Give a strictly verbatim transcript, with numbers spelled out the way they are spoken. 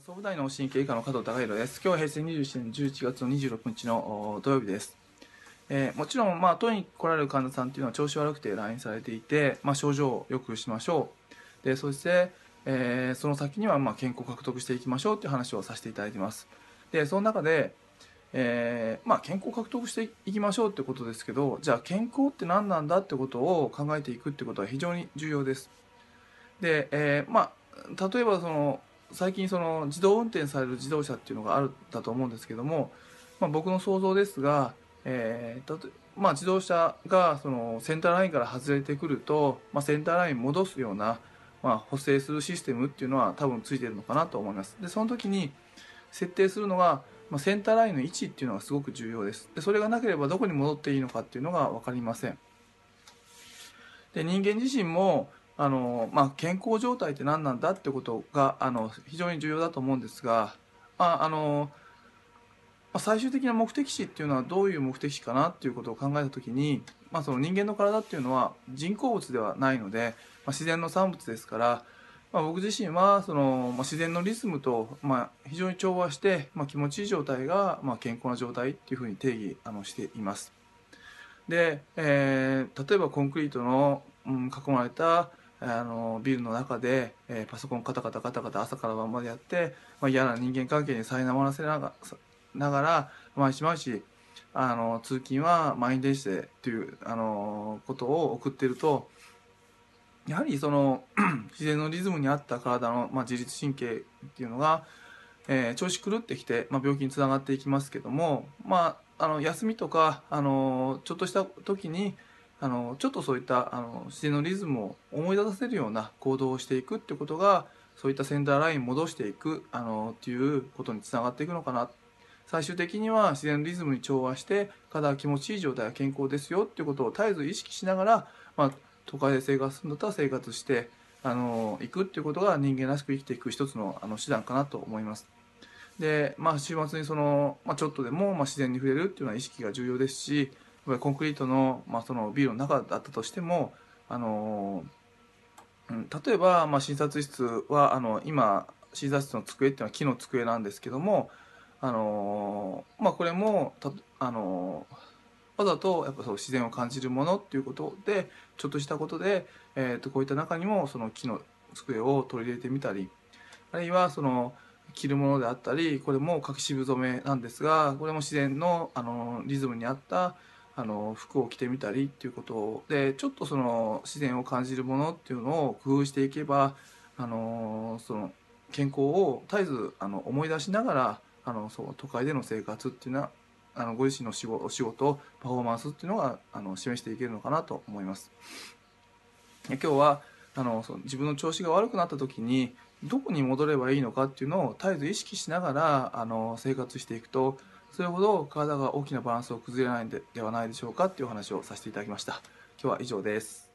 総武大の神経外科の加藤孝弘です。今日は平成にじゅうななねんじゅういちがつのにじゅうろくにちの土曜日です。えー、もちろん、まあ、当院に来られる患者さんというのは調子悪くて来院されていて、まあ、症状を良くしましょう。で、そして、えー、その先には、まあ、健康を獲得していきましょうという話をさせていただいています。で、その中で、えー、まあ、健康を獲得していきましょうということですけど、じゃあ健康って何なんだってことを考えていくってことは非常に重要です。で、えー、まあ、例えばその、最近その自動運転される自動車っていうのがあるんだと思うんですけども、まあ、僕の想像ですが、えー、たとまあ、自動車がそのセンターラインから外れてくると、まあ、センターラインに戻すような、まあ、補正するシステムっていうのは多分ついてるのかなと思います。でその時に設定するのが、まあ、センターラインの位置っていうのがすごく重要です。でそれがなければどこに戻っていいのかっていうのが分かりません。で人間自身もあの、まあ、健康状態って何なんだってことがあの非常に重要だと思うんですが、まああのまあ、最終的な目的地っていうのはどういう目的地かなっていうことを考えた時に、まあ、その人間の体っていうのは人工物ではないので、まあ、自然の産物ですから、まあ、僕自身はその、まあ、自然のリズムと、まあ、非常に調和して、まあ、気持ちいい状態が、まあ、健康な状態っていうふうに定義あのしています。で、えー、例えばコンクリートの、うん、囲まれたあのビルの中で、えー、パソコンカタカタカタカタ朝から晩までやって、まあ、嫌な人間関係に苛まらせながながら毎日毎日あの通勤は満員電車でっていうあのことを送っていると、やはりその自然のリズムに合った体の、まあ、自律神経っていうのが、えー、調子狂ってきて、まあ、病気につながっていきますけども、まあ、あの休みとかあのちょっとした時にあのちょっとそういったあの自然のリズムを思い出させるような行動をしていくっていうことが、そういったセンターラインを戻していくあのっていうことにつながっていくのかな。最終的には自然のリズムに調和して体が気持ちいい状態が健康ですよっていうことを絶えず意識しながら、まあ、都会で生活するんだったら生活してあのいくっていうことが人間らしく生きていく一つのあの手段かなと思います。で、まあ、週末にその、まあ、ちょっとでもまあ自然に触れるっていうのは意識が重要ですし、やっぱりコンクリートの、まあ、そのビルの中だったとしても、あのうん、例えば、まあ、診察室はあの今診察室の机っていうのは木の机なんですけども、あのまあ、これもた、あのわざとやっぱそう自然を感じるものっていうことでちょっとしたことで、えー、とこういった中にもその木の机を取り入れてみたり、あるいはその着るものであったり、これも柿渋染めなんですが、これも自然のあのリズムに合ったあの服を着てみたりっていうことで、ちょっとその自然を感じるものっていうのを工夫していけば、あのその健康を絶えずあの思い出しながら、あのそう都会での生活っていうのはあのご自身の仕事、仕事パフォーマンスっていうのがあの示していけるのかなと思います。今日はあのその自分の調子が悪くなった時にどこに戻ればいいのかっていうのを絶えず意識しながらあの生活していくと、それほど体が大きなバランスを崩れないんでではないでしょうかっていうお話をさせていただきました。今日は以上です。